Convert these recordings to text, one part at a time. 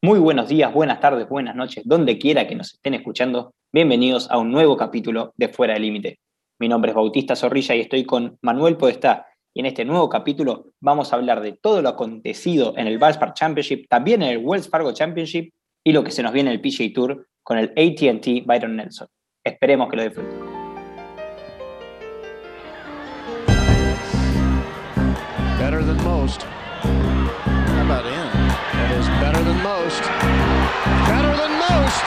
Muy buenos días, buenas tardes, buenas noches, donde quiera que nos estén escuchando. Bienvenidos a un nuevo capítulo de Fuera del Límite. Mi nombre es Bautista Zorrilla y estoy con Manuel Podestá. Y en este nuevo capítulo vamos a hablar de todo lo acontecido en el Valspar Championship, también en el Wells Fargo Championship y lo que se nos viene en el PGA Tour con el AT&T Byron Nelson. Esperemos que lo disfruten. Better than most. How about in? That is better than most. Better than most.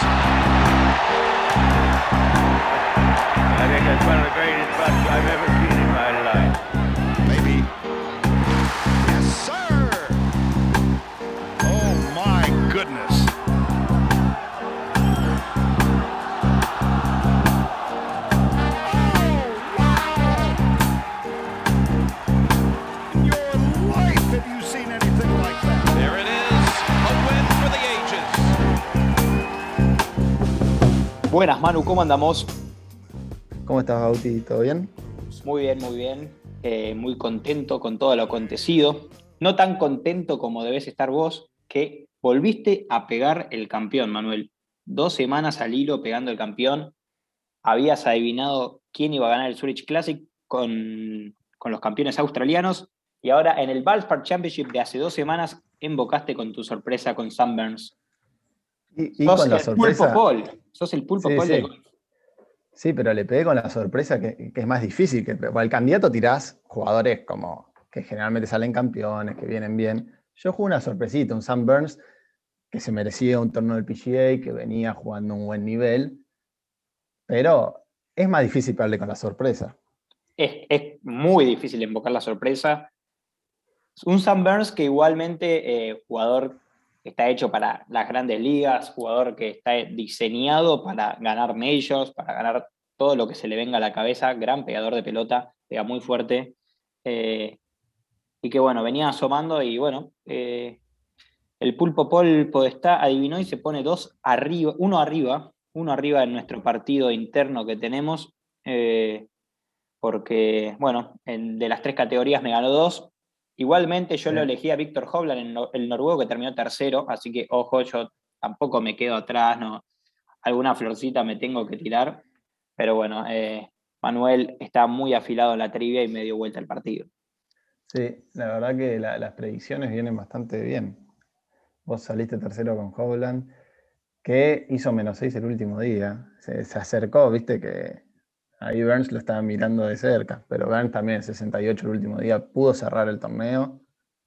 I think that's one of the greatest putts I've ever seen in my life. Maybe. Yes, sir. Oh my goodness. In your life have you seen anything like that? There it is. A win for the ages. Buenas, Manu, ¿cómo andamos? ¿Cómo estás, Bauti? ¿Todo bien? Muy bien, muy bien. Muy contento con todo lo acontecido. No tan contento como debes estar vos, que volviste a pegar el campeón, Manuel. 2 semanas al hilo pegando el campeón. Habías adivinado quién iba a ganar el Zurich Classic con los campeones australianos. Y ahora en el Valspar Championship de hace 2 semanas embocaste con tu sorpresa con Sam Burns. Y Sos con la el Pulpo sorpresa. Paul. Sos el Pulpo Sí, Paul del sí. golf. Sí, pero le pegué con la sorpresa que es más difícil. Para el candidato tirás jugadores como que generalmente salen campeones, que vienen bien. Yo jugué una sorpresita, un Sam Burns que se merecía un torneo del PGA, que venía jugando un buen nivel, pero es más difícil pegarle con la sorpresa. Es muy difícil invocar la sorpresa. Un Sam Burns que igualmente, jugador que está hecho para las grandes ligas, jugador que está diseñado para ganar majors, para ganar todo lo que se le venga a la cabeza, gran pegador de pelota, pega muy fuerte, eh, y que bueno, venía asomando y bueno, el Pulpo Paul Podestá adivinó y se pone uno arriba en nuestro partido interno que tenemos, porque, bueno, de las 3 categorías me ganó 2. Igualmente yo Sí. lo elegí a Víctor Hovland, el noruego, que terminó tercero, así que, ojo, yo tampoco me quedo atrás, no, alguna florcita me tengo que tirar, pero bueno, Manuel está muy afilado en la trivia y me dio vuelta el partido. Sí, la verdad que las predicciones vienen bastante bien. Vos saliste tercero con Hovland, que hizo -6 el último día. Se acercó, viste que ahí Burns lo estaba mirando de cerca, pero Burns también, 68 el último día, pudo cerrar el torneo.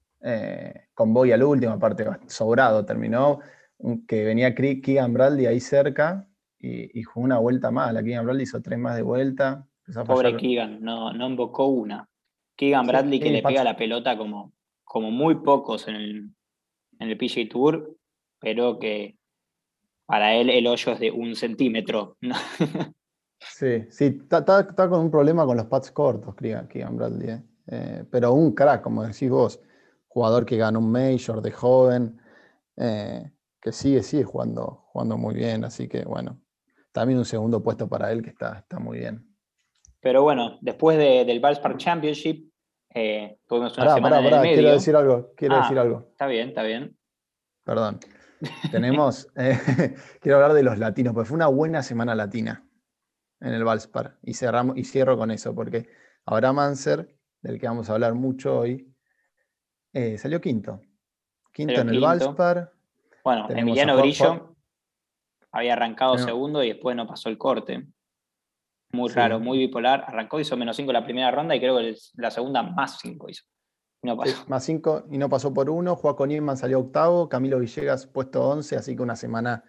Con Boy al último, aparte sobrado terminó, que venía Keegan Bradley ahí cerca y jugó una vuelta más. La Keegan Bradley hizo 3 más de vuelta. Empezó a Pobre fallar. Keegan, no invocó una. Keegan Bradley que Sí, le pega la pelota como muy pocos en el PGA Tour, pero que para él el hoyo es de 1 centímetro, ¿no? sí, está con un problema con los pads cortos, Keegan Bradley. Pero un crack, como decís vos, jugador que ganó un Major de joven, que sigue jugando muy bien, así que bueno, también un segundo puesto para él que está muy bien. Pero bueno, después del Valspar Championship, tuvimos una semana en el Pará, quiero medio. decir algo, Está bien, está bien. perdón. Tenemos, quiero hablar de los latinos, porque fue una buena semana latina en el Valspar. Y cierro con eso, porque Abraham Anser, del que vamos a hablar mucho hoy, salió quinto. Quinto Pero en el quinto. Valspar. Bueno, Tenemos a Emiliano Grillo había arrancado segundo y después no pasó el corte. Muy raro, sí, muy bipolar. Arrancó, hizo -5 la primera ronda y creo que la segunda +5 hizo. No pasó. sí, +5 y no pasó por uno. Joaco Niemann salió octavo. Camilo Villegas puesto 11, así que una semana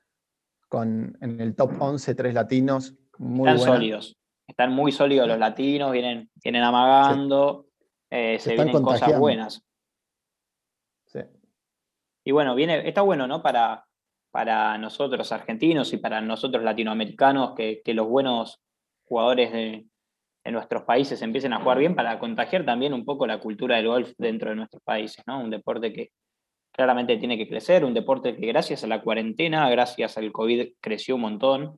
en el top 11, 3 latinos, muy Están buena. sólidos. Están muy sólidos los latinos, vienen Se, amagando, se se están vienen cosas contagiando. buenas. Sí. Y bueno, está bueno, ¿no? Para nosotros argentinos y para nosotros latinoamericanos que los buenos jugadores de nuestros países empiecen a jugar bien para contagiar también un poco la cultura del golf dentro de nuestros países, ¿no? Un deporte que claramente tiene que crecer, un deporte que gracias a la cuarentena, gracias al COVID creció un montón,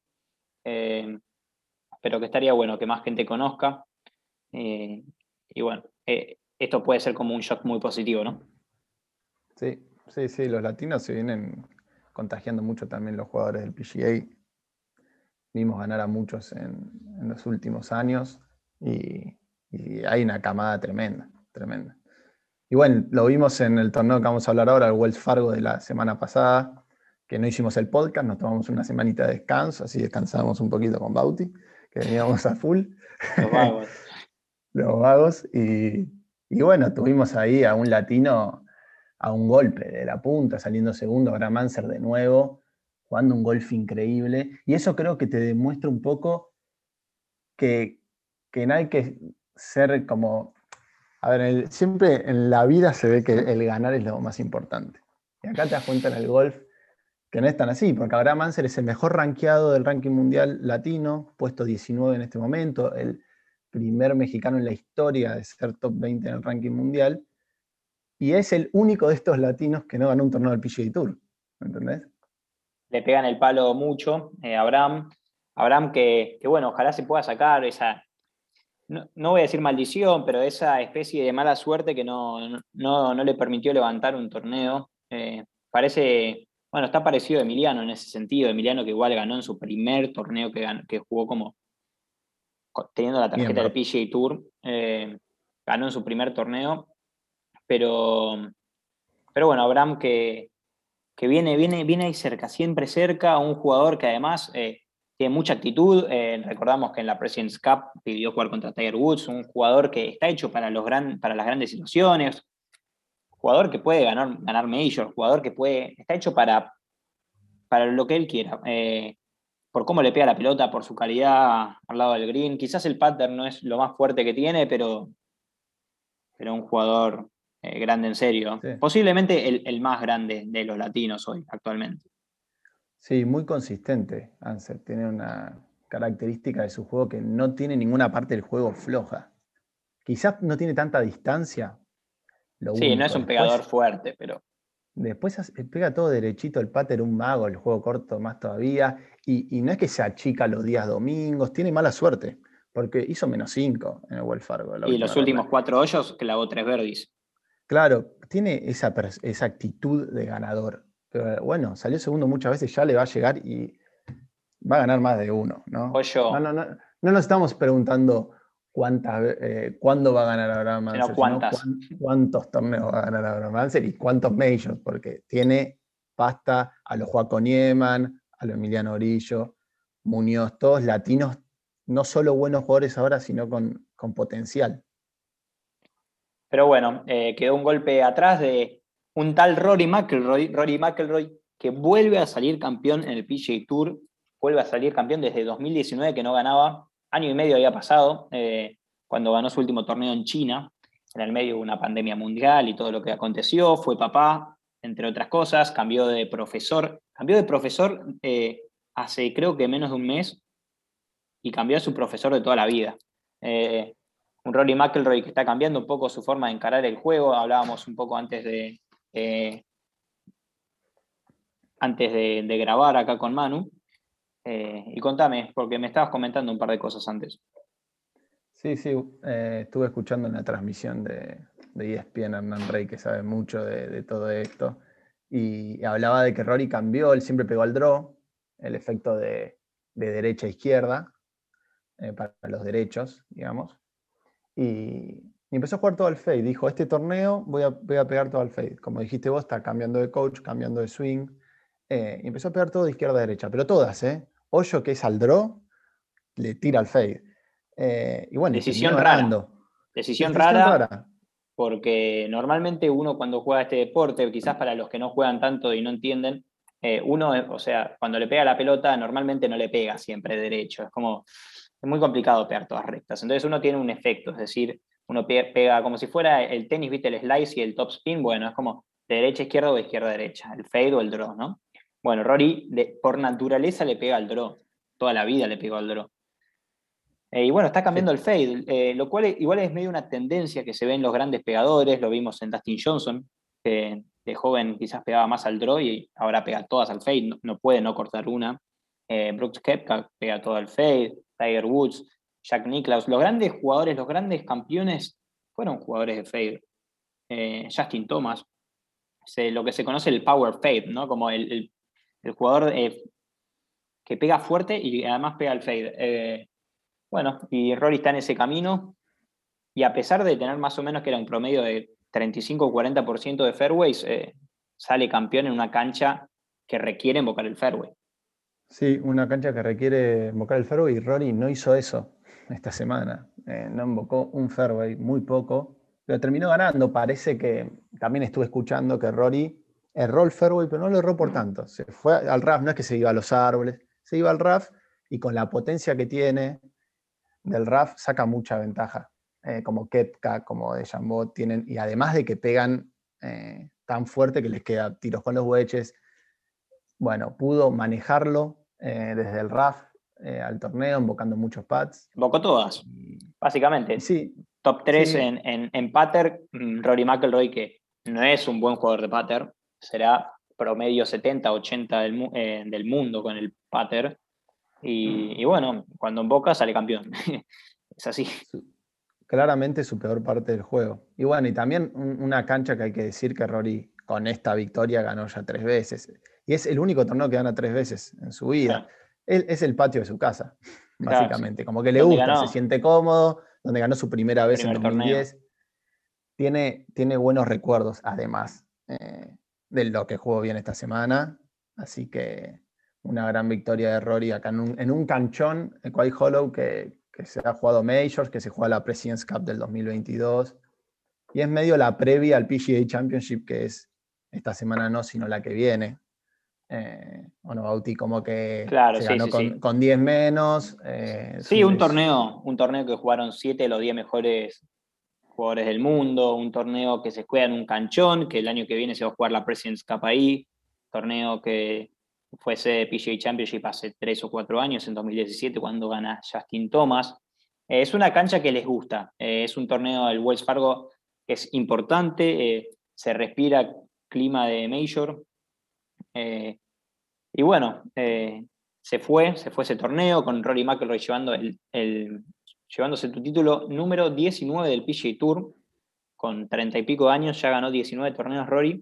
pero que estaría bueno que más gente conozca. eh, y bueno, esto puede ser como un shock muy positivo, ¿no? Sí, los latinos se vienen contagiando mucho también los jugadores del PGA. Vimos ganar a muchos en los últimos años y hay una camada tremenda, tremenda. Y bueno, lo vimos en el torneo que vamos a hablar ahora, el Wells Fargo de la semana pasada, que no hicimos el podcast, nos tomamos una semanita de descanso, así descansamos un poquito con Bauti, que veníamos a full. Los vagos. Los vagos. Y bueno, tuvimos ahí a un latino a un golpe de la punta, saliendo segundo, Graham Ancer de nuevo, jugando un golf increíble. Y eso creo que te demuestra un poco que no hay que ser como... A ver, siempre en la vida se ve que el ganar es lo más importante. Y acá te das cuenta en el golf que no es tan así, porque Abraham Ancer es el mejor rankeado del ranking mundial latino, puesto 19 en este momento, el primer mexicano en la historia de ser top 20 en el ranking mundial, y es el único de estos latinos que no ganó un torneo del PGA Tour, ¿entendés? Le pegan el palo mucho a Abraham. Abraham que bueno, ojalá se pueda sacar esa, no voy a decir maldición, pero esa especie de mala suerte que no le permitió levantar un torneo. Parece, bueno, está parecido a Emiliano en ese sentido. Emiliano que igual ganó en su primer torneo que jugó como teniendo la tarjeta del PGA Tour. Ganó en su primer torneo. Pero bueno, Abraham que viene ahí cerca, siempre cerca, un jugador que además tiene mucha actitud. Recordamos que en la President's Cup pidió jugar contra Tiger Woods, un jugador que está hecho para las grandes situaciones, jugador que puede ganar majors, jugador que está hecho para lo que él quiera. Por cómo le pega la pelota, por su calidad al lado del green. Quizás el pattern no es lo más fuerte que tiene, pero un jugador grande en serio. Sí. Posiblemente el más grande de los latinos hoy, actualmente. Sí, muy consistente, Ancer. Tiene una característica de su juego que no tiene ninguna parte del juego floja. Quizás no tiene tanta distancia. Sí, no es un pegador fuerte, pero... Después pega todo derechito, el pater un mago, el juego corto más todavía. Y no es que se achica los días domingos, tiene mala suerte, porque hizo -5 en el Wells Fargo. Y los últimos 4 hoyos clavó 3 birdies. Claro, tiene esa actitud de ganador. Pero bueno, salió segundo muchas veces, ya le va a llegar y va a ganar más de uno, ¿no? No nos estamos preguntando cuándo va a ganar Abraham Ancer, sino cuántos torneos va a ganar Abraham Ancer y cuántos majors, porque tiene pasta a los Joaco Niemann, a los Emiliano Orillo, Muñoz, todos latinos, no solo buenos jugadores ahora, sino con potencial. Pero bueno, quedó un golpe atrás de un tal Rory McIlroy, que vuelve a salir campeón en el PGA Tour, vuelve a salir campeón desde 2019 que no ganaba, año y medio había pasado, cuando ganó su último torneo en China, en el medio de una pandemia mundial y todo lo que aconteció, fue papá, entre otras cosas, cambió de profesor hace creo que menos de un mes y cambió a su profesor de toda la vida. Un Rory McIlroy que está cambiando un poco su forma de encarar el juego. Hablábamos un poco antes de grabar acá con Manu. Y contame, porque me estabas comentando un par de cosas antes. Sí, estuve escuchando en la transmisión de ESPN a Hernán Rey, que sabe mucho de todo esto, y hablaba de que Rory cambió, él siempre pegó al draw, el efecto de derecha a izquierda, para los derechos, digamos. Y empezó a jugar todo al fade. Dijo, este torneo voy a pegar todo al fade. Como dijiste vos, está cambiando de coach, cambiando de swing. Y empezó a pegar todo de izquierda a derecha. Pero todas, Hoyo, que es al draw, le tira al fade. Y bueno, Decisión rara. Decisión rara. Porque normalmente uno cuando juega este deporte, quizás para los que no juegan tanto y no entienden, cuando le pega la pelota, normalmente no le pega siempre derecho. Es muy complicado pegar todas rectas. Entonces uno tiene un efecto, es decir, uno pega como si fuera el tenis, ¿viste? El slice y el top spin, bueno, es como de derecha a izquierda o de izquierda a derecha, el fade o el draw, ¿no? Bueno, Rory por naturaleza le pega al draw, toda la vida le pegó al draw. Y bueno, está cambiando el fade, lo cual igual es medio una tendencia que se ve en los grandes pegadores, lo vimos en Dustin Johnson, que de joven quizás pegaba más al draw y ahora pega todas al fade, no puede no cortar una. Brooks Koepka pega todo al fade, Tiger Woods, Jack Nicklaus, los grandes jugadores, los grandes campeones fueron jugadores de fade. Justin Thomas, lo que se conoce el power fade, ¿no? Como el el jugador que pega fuerte y además pega el fade. Bueno, y Rory está en ese camino, y a pesar de tener más o menos que era un promedio de 35 o 40% de fairways, sale campeón en una cancha que requiere invocar el fairway. Sí, una cancha que requiere invocar el fairway, y Rory no hizo eso esta semana. No invocó un fairway, muy poco, pero terminó ganando. Parece que también estuve escuchando que Rory erró el fairway, pero no lo erró por tanto. Se fue al RAF, no es que se iba a los árboles, se iba al RAF, y con la potencia que tiene del RAF saca mucha ventaja. Como Koepka, como DeChambeau tienen, y además de que pegan tan fuerte que les queda tiros con los wedges. Bueno, pudo manejarlo desde el RAF al torneo, invocando muchos pads. Invocó todas, básicamente. Sí, Top 3 sí, en putter, Rory McIlroy, que no es un buen jugador de putter, será promedio 70-80 del mundo con el putter. Y bueno, cuando invoca sale campeón. Es así. claramente su peor parte del juego. Y bueno, y también una cancha que hay que decir que Rory con esta victoria ganó ya 3 veces. Y es el único torneo que gana 3 veces en su vida. Él es el patio de su casa, Claro, básicamente. Como que le donde gusta, ganó se siente cómodo, donde ganó su primera el vez en primer torneo. 2010. Tiene buenos recuerdos, además de lo que jugó bien esta semana. Así que una gran victoria de Rory acá en un canchón, el Quail Hollow, que se ha jugado Majors, que se juega la President's Cup del 2022. Y es medio la previa al PGA Championship, que es esta semana no, sino la que viene. Bueno, Bauti como que Claro, se sí, ganó sí, sí. con 10 menos. Sí, un torneo que jugaron 7 de los 10 mejores jugadores del mundo, un torneo que se juega en un canchón, que el año que viene se va a jugar la President's Cup ahí, torneo que fuese PGA Championship hace 3 o 4 años, en 2017, cuando gana Justin Thomas. Es una cancha que les gusta, es un torneo del Wells Fargo que es importante, se respira clima de Major, y bueno, se fue ese torneo con Rory McIlroy llevándose tu título número 19 del PGA Tour, con 30 y pico de años, ya ganó 19 torneos Rory.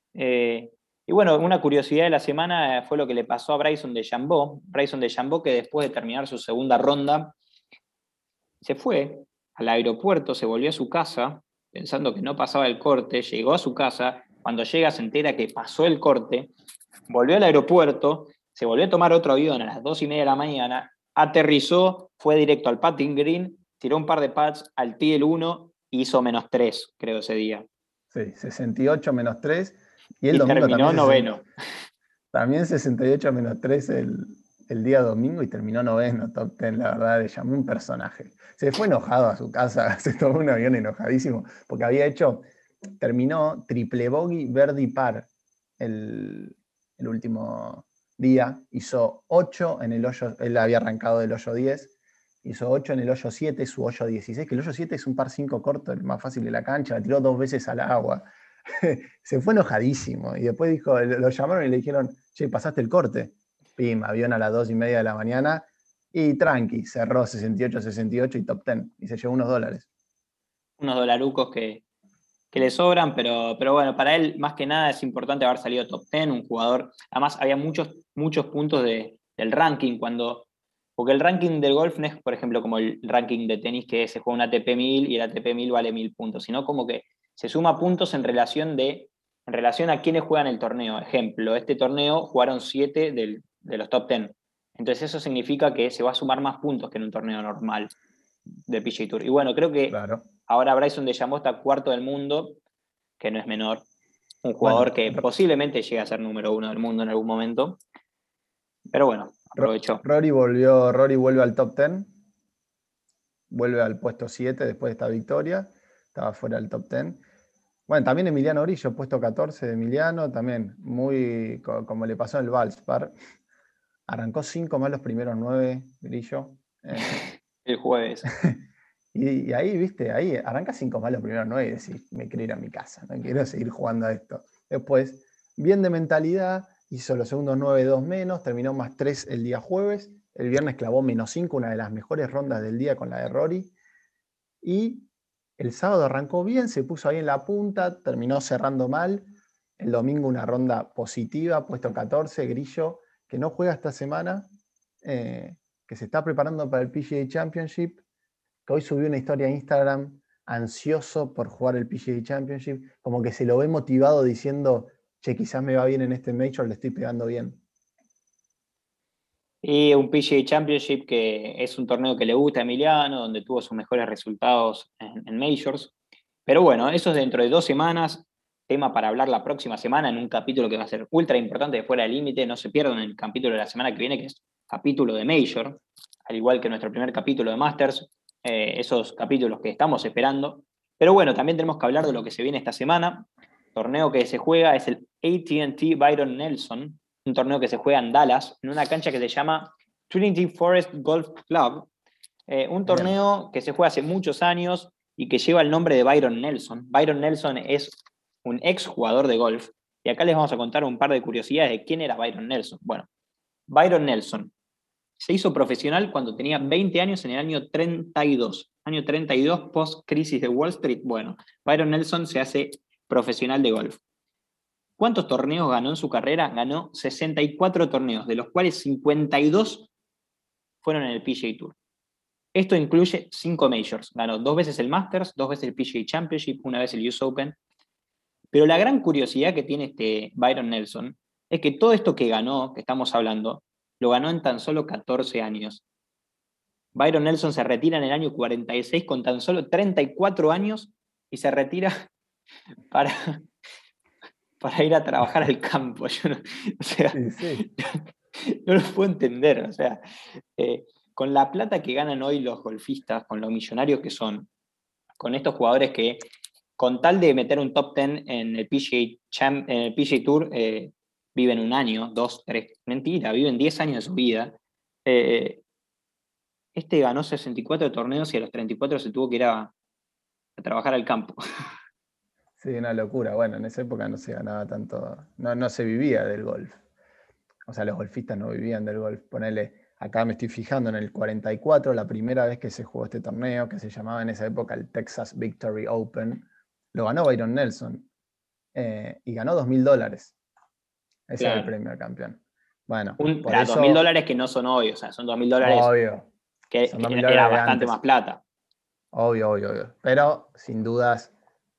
Y bueno, una curiosidad de la semana fue lo que le pasó a Bryson DeChambeau. Bryson DeChambeau, que después de terminar su segunda ronda, se fue al aeropuerto, se volvió a su casa, pensando que no pasaba el corte, llegó a su casa, cuando llega se entera que pasó el corte, volvió al aeropuerto, se volvió a tomar otro avión a las 2:30 de la mañana, aterrizó, fue directo al putting green, tiró un par de pads al tee el 1, hizo -3, creo, ese día. Sí, 68 menos 3. Y el Y domingo terminó noveno. también 68 menos 3 el día domingo, y terminó noveno, top 10, la verdad, le llamó un personaje. Se fue enojado a su casa, se tomó un avión enojadísimo, porque terminó triple bogey, birdie par el último día, hizo 8 en el hoyo, él había arrancado del hoyo 10, hizo 8 en el hoyo 7, su hoyo 16, que el hoyo 7 es un par 5 corto, el más fácil de la cancha, la tiró 2 veces al agua. Se fue enojadísimo, y después lo llamaron y le dijeron, che, pasaste el corte. Pim, avión a las 2:30 de la mañana, y tranqui, cerró 68-68 y top 10, y se llevó unos dólares. Unos dolarucos que le sobran, pero bueno, para él más que nada es importante haber salido top 10, un jugador, además había muchos puntos del ranking, porque el ranking del golf no es, por ejemplo, como el ranking de tenis, que se juega un ATP 1000 y el ATP 1000 vale 1000 puntos, sino como que se suma puntos en relación a quienes juegan el torneo. Ejemplo, este torneo jugaron 7 de los top 10. Entonces eso significa que se va a sumar más puntos que en un torneo normal de PGA Tour. Y bueno, creo que Claro. ahora Bryson DeChambeau está cuarto del mundo, que no es menor. Un jugador que posiblemente llegue a ser número 1 del mundo en algún momento. Pero bueno, aprovechó. Rory vuelve al top 10, vuelve al puesto 7 después de esta victoria, estaba fuera del top 10. Bueno, también Emiliano Grillo, puesto 14 de Emiliano, también muy como le pasó en el Valspar. Arrancó 5 más los primeros 9, Grillo. El jueves. Y ahí, viste, ahí arranca 5 más los primeros 9 y decís, me quiero ir a mi casa, no quiero seguir jugando a esto. Después, bien de mentalidad, hizo los segundos 9, 2 menos, terminó +3 el día jueves. El viernes clavó -5, una de las mejores rondas del día con la de Rory. Y el sábado arrancó bien, se puso ahí en la punta, terminó cerrando mal, El domingo una ronda positiva, puesto 14, Grillo, que no juega esta semana, que se está preparando para el PGA Championship, que hoy subió una historia a Instagram, ansioso por jugar el PGA Championship, como que se lo ve motivado diciendo, che, quizás me va bien en este Major, le estoy pegando bien. Y un PGA Championship que es un torneo que le gusta a Emiliano, donde tuvo sus mejores resultados en Majors. Pero bueno, eso es dentro de 2 semanas, tema para hablar la próxima semana en un capítulo que va a ser ultra importante de Fuera del Límite. No se pierdan el capítulo de la semana que viene, que es capítulo de Major, al igual que nuestro primer capítulo de Masters, esos capítulos que estamos esperando. Pero bueno, también tenemos que hablar de lo que se viene esta semana. El torneo que se juega es el AT&T Byron Nelson, un torneo que se juega en Dallas, en una cancha que se llama Trinity Forest Golf Club, un torneo que se juega hace muchos años y que lleva el nombre de Byron Nelson. Byron Nelson es un ex jugador de golf, y acá les vamos a contar un par de curiosidades de quién era Byron Nelson. Bueno, Byron Nelson se hizo profesional cuando tenía 20 años en el año 32. Año 32, post-crisis de Wall Street. Bueno, Byron Nelson se hace profesional de golf. ¿Cuántos torneos ganó en su carrera? Ganó 64 torneos, de los cuales 52 fueron en el PGA Tour. Esto incluye 5 majors. Ganó 2 veces el Masters, 2 veces el PGA Championship, 1 vez el US Open. Pero la gran curiosidad que tiene este Byron Nelson es que todo esto que ganó, que estamos hablando, lo ganó en tan solo 14 años. Byron Nelson se retira en el año 46 con tan solo 34 años y se retira para ir a trabajar al campo. Yo no, o sea, Sí. no lo puedo entender. O sea, con la plata que ganan hoy los golfistas, con los millonarios que son, con estos jugadores que, con tal de meter un top 10 en el PGA Tour, viven 1 año, 2, 3. Mentira, viven 10 años de su vida. Este ganó 64 torneos y a los 34 se tuvo que ir a trabajar al campo. Sí, una locura. Bueno, en esa época no se ganaba tanto, no se vivía del golf. O sea, los golfistas no vivían del golf. Ponele, acá me estoy fijando en el 44, la primera vez que se jugó este torneo, que se llamaba en esa época el Texas Victory Open, lo ganó Byron Nelson. Y ganó $2.000. Ese Claro. era el premio al campeón. Bueno, por eso, $2.000 que no son hoy, o sea, son $2.000 obvio, que son $2.000 era de bastante antes. más plata. Obvio. Pero, sin dudas,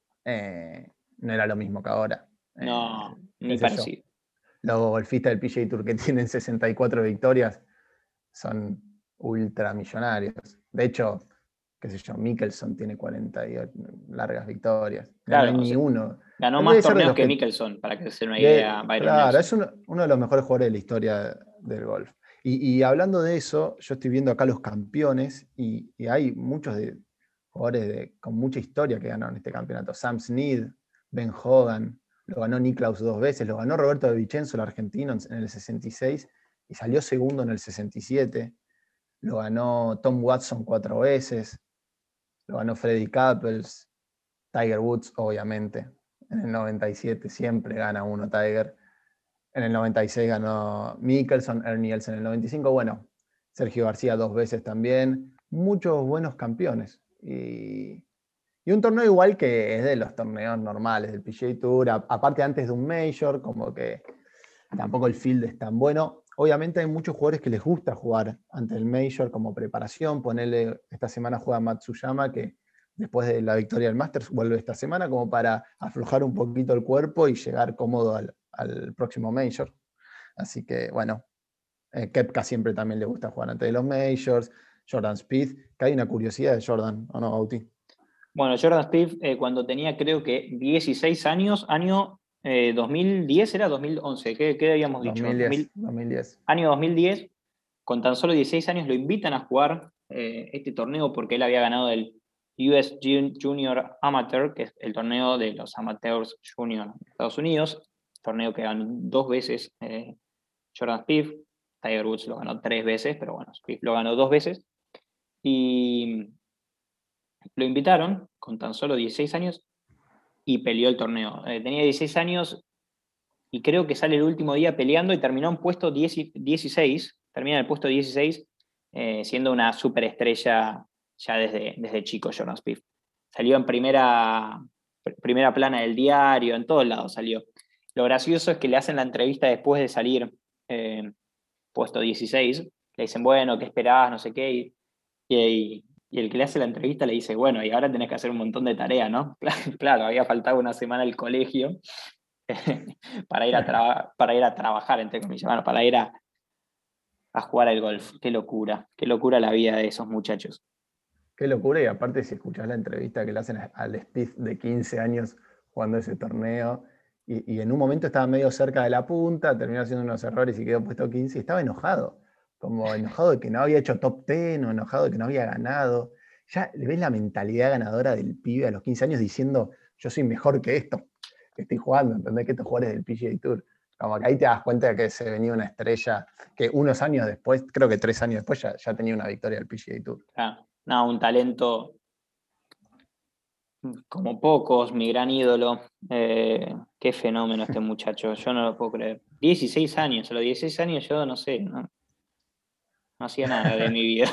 no era lo mismo que ahora. No, ni parecido. Los golfistas del PGA Tour que tienen 64 victorias son ultramillonarios. De hecho, qué sé yo, Mickelson tiene 48 largas victorias. Claro, no hay ni uno. Ganó Él más debe ser de torneos los que Mickelson, para que se den una de- idea, Byron Claro, Nelson. es uno de los mejores jugadores de la historia del golf. Y hablando de eso, yo estoy viendo acá los campeones y hay muchos jugadores con mucha historia que ganaron este campeonato. Sam Snead, Ben Hogan, lo ganó Nicklaus 2 veces, lo ganó Roberto de Vicenzo, el argentino, en el 66 y salió segundo en el 67. Lo ganó Tom Watson 4 veces, lo ganó Freddie Couples, Tiger Woods, obviamente. En el 97 siempre gana uno Tiger. En el 96 ganó Mickelson, Ernie Els en el 95. Bueno, Sergio García 2 veces también. Muchos buenos campeones. Y un torneo igual que es de los torneos normales del PGA Tour. Aparte antes de un Major, como que tampoco el field es tan bueno. Obviamente hay muchos jugadores que les gusta jugar ante el Major como preparación. Ponele, esta semana juega Matsuyama, que después de la victoria del Masters vuelve esta semana como para aflojar un poquito el cuerpo y llegar cómodo al próximo Major. Así que, bueno, Koepka siempre también le gusta jugar antes de los Majors. Jordan Spieth, que hay una curiosidad de Jordan, ¿o no, Bauti? Bueno, Jordan Spieth, cuando tenía creo que 16 años, año 2010, ¿era 2011? ¿Qué habíamos dicho? 2010. Año 2010, con tan solo 16 años lo invitan a jugar este torneo porque él había ganado el US Junior Amateur, que es el torneo de los amateurs junior de Estados Unidos, torneo que ganó 2 veces Jordan Spieth. Tiger Woods lo ganó 3 veces, pero bueno, Spieth lo ganó 2 veces. Y lo invitaron con tan solo 16 años y peleó el torneo. Tenía 16 años y creo que sale el último día peleando y terminó en puesto 16, termina en el puesto 16, siendo una superestrella ya desde chico Jordan Spieth. Salió en primera plana del diario, en todos lados salió. Lo gracioso es que le hacen la entrevista después de salir puesto 16. Le dicen, bueno, ¿qué esperabas? No sé qué. Y el que le hace la entrevista le dice, bueno, y ahora tenés que hacer un montón de tareas, ¿no? Claro, había faltado una semana al colegio para ir a trabajar, entre comillas, bueno, para ir a jugar al golf. Qué locura la vida de esos muchachos. Qué locura, y aparte si escuchás la entrevista que le hacen al Spieth de 15 años jugando ese torneo, y en un momento estaba medio cerca de la punta, terminó haciendo unos errores y quedó puesto 15, y estaba enojado, como enojado de que no había hecho top 10 o enojado de que no había ganado. Ya le ves la mentalidad ganadora del pibe a los 15 años diciendo, yo soy mejor que esto, que estoy jugando, ¿entendés? Que estos jugadores del PGA Tour. Como que ahí te das cuenta de que se venía una estrella que unos años después, creo que 3 años después, ya tenía una victoria del PGA Tour. Ah, no, un talento como pocos, mi gran ídolo. Qué fenómeno este muchacho, yo no lo puedo creer. 16 años, a los 16 años yo no sé, no hacía nada de mi vida.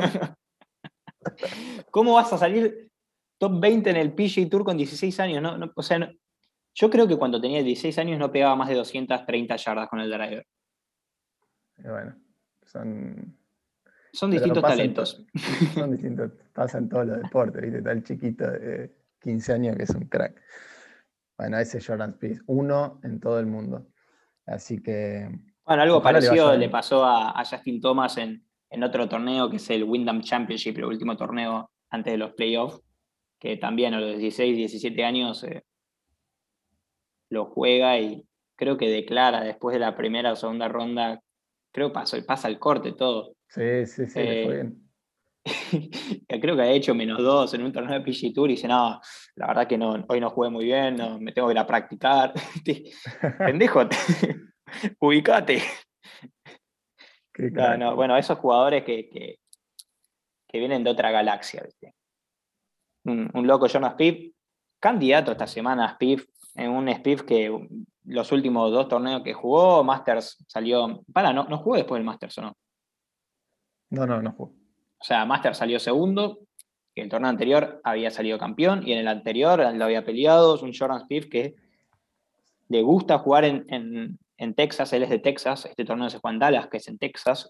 ¿Cómo vas a salir top 20 en el PGA Tour con 16 años? O sea, yo creo que cuando tenía 16 años no pegaba más de 230 yardas con el driver. Y bueno, son Son pero distintos talentos. son distintos, pasa en todos los deportes, ¿viste? Está el chiquito de 15 años que es un crack. Bueno, ese es Jordan Spieth, uno en todo el mundo. Así que Bueno, algo ojalá le vaya parecido le bien. pasó a Justin Thomas en otro torneo que es el Wyndham Championship, el último torneo antes de los playoffs, que también a los 16, 17 años lo juega y creo que declara después de la primera o segunda ronda, creo que pasa el corte todo. Sí, sí, sí, le fue Eh, bien. Creo que ha hecho -2 en un torneo de PGA Tour y dice, no, la verdad que no, hoy no jugué muy bien, no, me tengo que ir a practicar. Pendejo, ubicate. Qué No, crack. no, bueno, esos jugadores que vienen de otra galaxia, ¿viste? Un loco Jordan Spieth, candidato esta semana a Spieth, en un Spieth que los últimos 2 torneos que jugó, Masters salió, no jugó después del Masters, ¿o no? No, no, no jugó. O sea, Masters salió segundo, que el torneo anterior había salido campeón, y en el anterior lo había peleado. Es un Jordan Spieth que le gusta jugar en Texas, él es de Texas, este torneo se juega en Dallas, que es en Texas,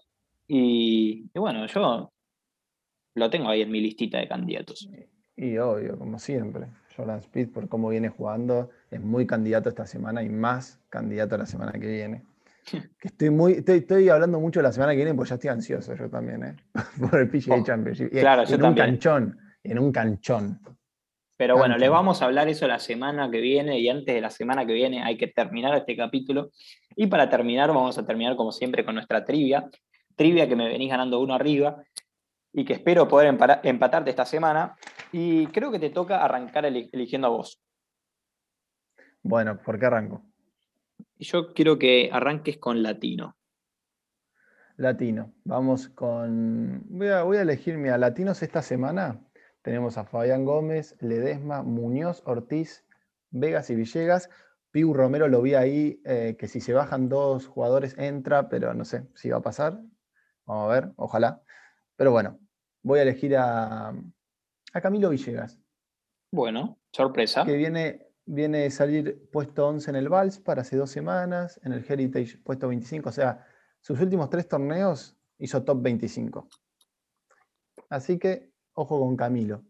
y bueno, yo lo tengo ahí en mi listita de candidatos. Y obvio, como siempre, Jordan Spieth, por cómo viene jugando, es muy candidato esta semana y más candidato la semana que viene. Que estoy hablando mucho de la semana que viene porque ya estoy ansioso yo también, por el PGA Oh, Championship. claro, Y yo también. en un canchón. Pero bueno, les Canchón. vamos a hablar eso la semana que viene y antes de la semana que viene hay que terminar este capítulo. Y para terminar, vamos a terminar como siempre con nuestra trivia. Trivia que me venís ganando 1 arriba y que espero poder empatarte esta semana. Y creo que te toca arrancar eligiendo a vos. Bueno, ¿por qué arranco? Y yo quiero que arranques con latino. Latino. Vamos con. Voy a elegir, mira, latinos esta semana. Tenemos a Fabián Gómez, Ledesma, Muñoz, Ortiz, Vegas y Villegas. Piu Romero lo vi ahí, que si se bajan 2 jugadores entra, pero no sé si va a pasar. Vamos a ver, ojalá. Pero bueno, voy a elegir a Camilo Villegas, Bueno, que sorpresa. viene de salir puesto 11 en el Vals para hace 2 semanas, en el Heritage puesto 25, o sea, sus últimos 3 torneos hizo top 25. Así que, ojo con Camilo,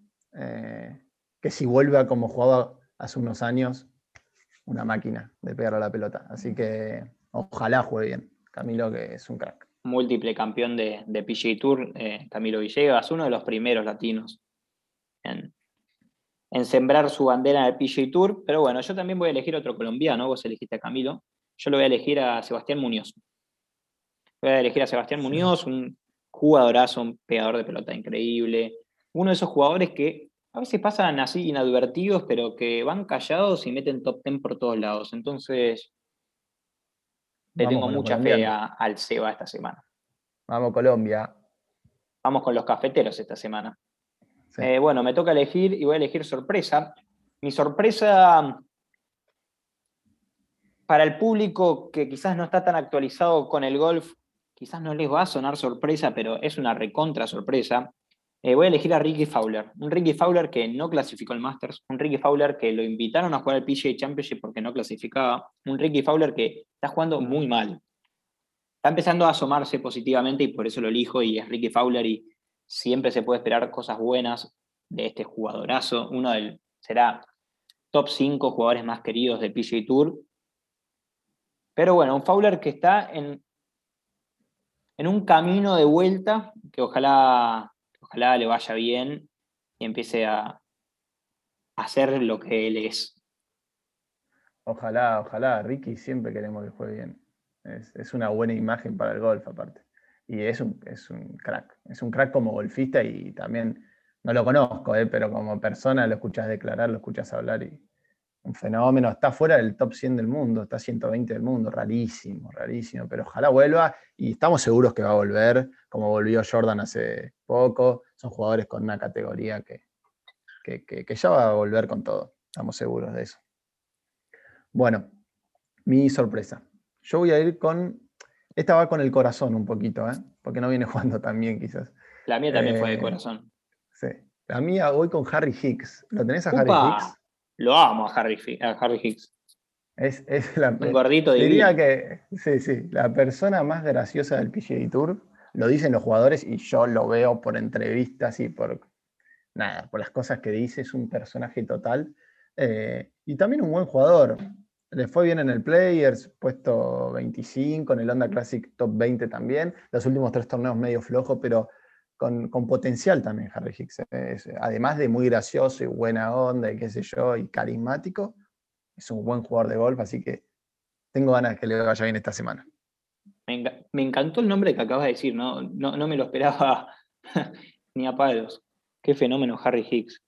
que si vuelve a como jugaba hace unos años, una máquina de pegar a la pelota. Así que ojalá juegue bien. Camilo, que es un crack. Múltiple campeón de PGA Tour, Camilo Villegas, uno de los primeros latinos en sembrar su bandera en el PGA Tour. Pero bueno, yo también voy a elegir otro colombiano. Vos elegiste a Camilo. Yo lo voy a elegir a Sebastián Muñoz. Voy a elegir a Sebastián Muñoz, un jugadorazo, un pegador de pelota increíble. Uno de esos jugadores que a veces pasan así inadvertidos, pero que van callados y meten top 10 por todos lados. Entonces, le Vamos tengo con los mucha fe colombianos. al Seba esta semana. Vamos, Colombia. Vamos con los cafeteros esta semana. Sí. Bueno, me toca elegir y voy a elegir sorpresa. Mi sorpresa para el público que quizás no está tan actualizado con el golf, quizás no les va a sonar sorpresa, pero es una recontra sorpresa. Voy a elegir a Ricky Fowler. Un Ricky Fowler que no clasificó el Masters. Un Ricky Fowler que lo invitaron a jugar al PGA Championship porque no clasificaba. Un Ricky Fowler que está jugando muy mal. Está empezando a asomarse positivamente y por eso lo elijo. Y es Ricky Fowler y siempre se puede esperar cosas buenas de este jugadorazo. Será top 5 jugadores más queridos del PGA Tour. Pero bueno, un Fowler que está en un camino de vuelta que ojalá le vaya bien y empiece a hacer lo que él es. Ojalá. Ricky siempre queremos que juegue bien. Es una buena imagen para el golf, aparte. Y es un crack. Es un crack como golfista y también, no lo conozco, pero como persona lo escuchas declarar, lo escuchas hablar y un fenómeno. Está fuera del top 100 del mundo, está 120 del mundo, rarísimo, pero ojalá vuelva y estamos seguros que va a volver, como volvió Jordan hace poco. Son jugadores con una categoría que ya va a volver con todo, estamos seguros de eso. Bueno, mi sorpresa. Yo voy a ir esta va con el corazón un poquito, porque no viene jugando tan bien quizás. La mía también fue de corazón. Sí, la mía voy con Harry Hicks. ¿Lo tenés a ¡Upa! Harry Hicks? Lo amo a Harry Hicks. Es un gordito divino. Diría que sí, la persona más graciosa del PGA Tour, lo dicen los jugadores y yo lo veo por entrevistas y por las cosas que dice, es un personaje total. Y también un buen jugador. Le fue bien en el Players, puesto 25, en el Honda Classic top 20 también. Los últimos 3 torneos medio flojo, pero con potencial también Harry Hicks. Además de muy gracioso y buena onda y qué sé yo, y carismático, es un buen jugador de golf, así que tengo ganas de que le vaya bien esta semana. Me encantó el nombre que acabas de decir, no me lo esperaba ni a palos. Qué fenómeno Harry Hicks.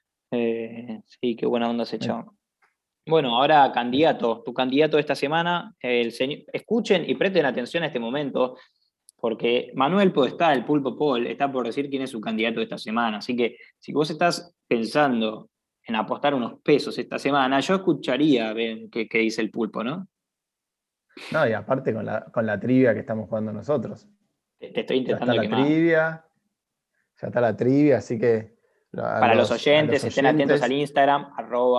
Sí, qué buena onda ese chavo. Bueno, ahora candidato, tu candidato de esta semana, escuchen y presten atención a este momento, porque Manuel Podestá, el Pulpo Paul, está por decir quién es su candidato de esta semana. Así que si vos estás pensando en apostar unos pesos esta semana, yo escucharía qué dice el Pulpo, ¿no? No, y aparte con la trivia que estamos jugando nosotros. Te estoy intentando ya está la trivia, así que... Para los oyentes, estén atentos al Instagram,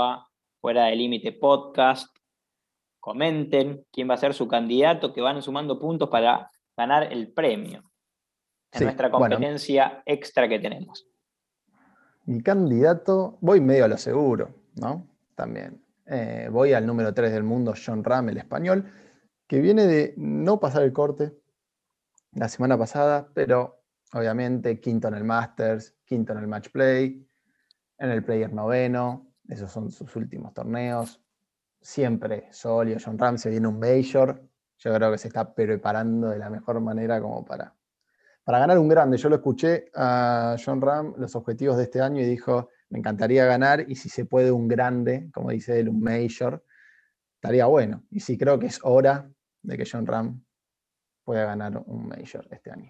@fuera-de-límite-podcast. Comenten quién va a ser su candidato, que van sumando puntos para ganar el premio. En nuestra competencia extra que tenemos. Mi candidato, voy medio a lo seguro, ¿no? También. Voy al número 3 del mundo, Jon Rahm, el español, que viene de no pasar el corte la semana pasada, pero obviamente quinto en el Masters, quinto en el Match Play, en el Player 9, esos son sus últimos torneos. Siempre sólido, Jon Rahm, se viene un Major. Yo creo que se está preparando de la mejor manera como para ganar un grande. Yo lo escuché a Jon Rahm, los objetivos de este año, y dijo, me encantaría ganar, y si se puede un grande, como dice él, un Major, estaría bueno. Y sí, creo que es hora de que Jon Rahm pueda ganar un Major este año.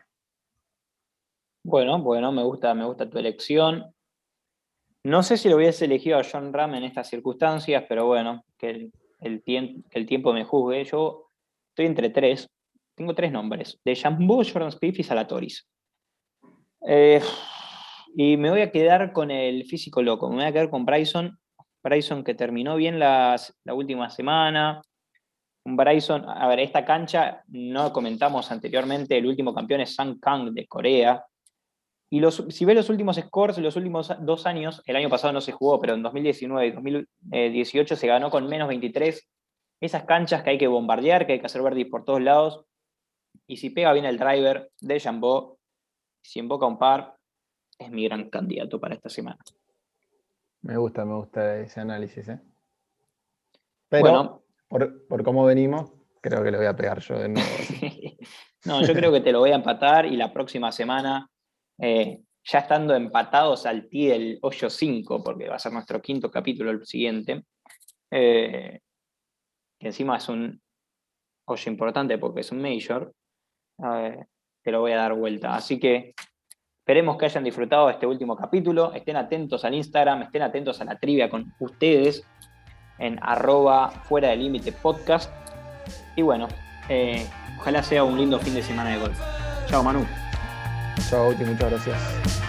Bueno, me gusta tu elección. No sé si lo hubiese elegido a Jon Rahm en estas circunstancias, pero bueno, que el tiempo me juzgue. Yo estoy entre 3. Tengo 3 nombres: DeChambeau, Jordan Spieth y Zalatoris. Y me voy a quedar con el físico loco. Me voy a quedar con Bryson. Bryson, que terminó bien la última semana. Un Bryson, a ver, esta cancha, no comentamos anteriormente, el último campeón es Sang Kang de Corea. Y si ves los últimos scores, los últimos 2 años, el año pasado no se jugó, pero en 2019 y 2018 se ganó con menos 23. Esas canchas que hay que bombardear, que hay que hacer verdes por todos lados. Y si pega bien el driver de DeChambeau, si invoca un par, es mi gran candidato para esta semana. Me gusta ese análisis, Pero, bueno, por cómo venimos, creo que lo voy a pegar yo de nuevo. No, yo creo que te lo voy a empatar y la próxima semana, ya estando empatados al tee del hoyo 5, porque va a ser nuestro 5º capítulo el siguiente, que encima es un hoyo importante porque es un Major, te lo voy a dar vuelta. Así que esperemos que hayan disfrutado de este último capítulo. Estén atentos al Instagram, estén atentos a la trivia con ustedes en @fuera-de-límite-podcast. Y bueno, ojalá sea un lindo fin de semana de golf. Chao, Manu. Chao, Uti, muchas gracias.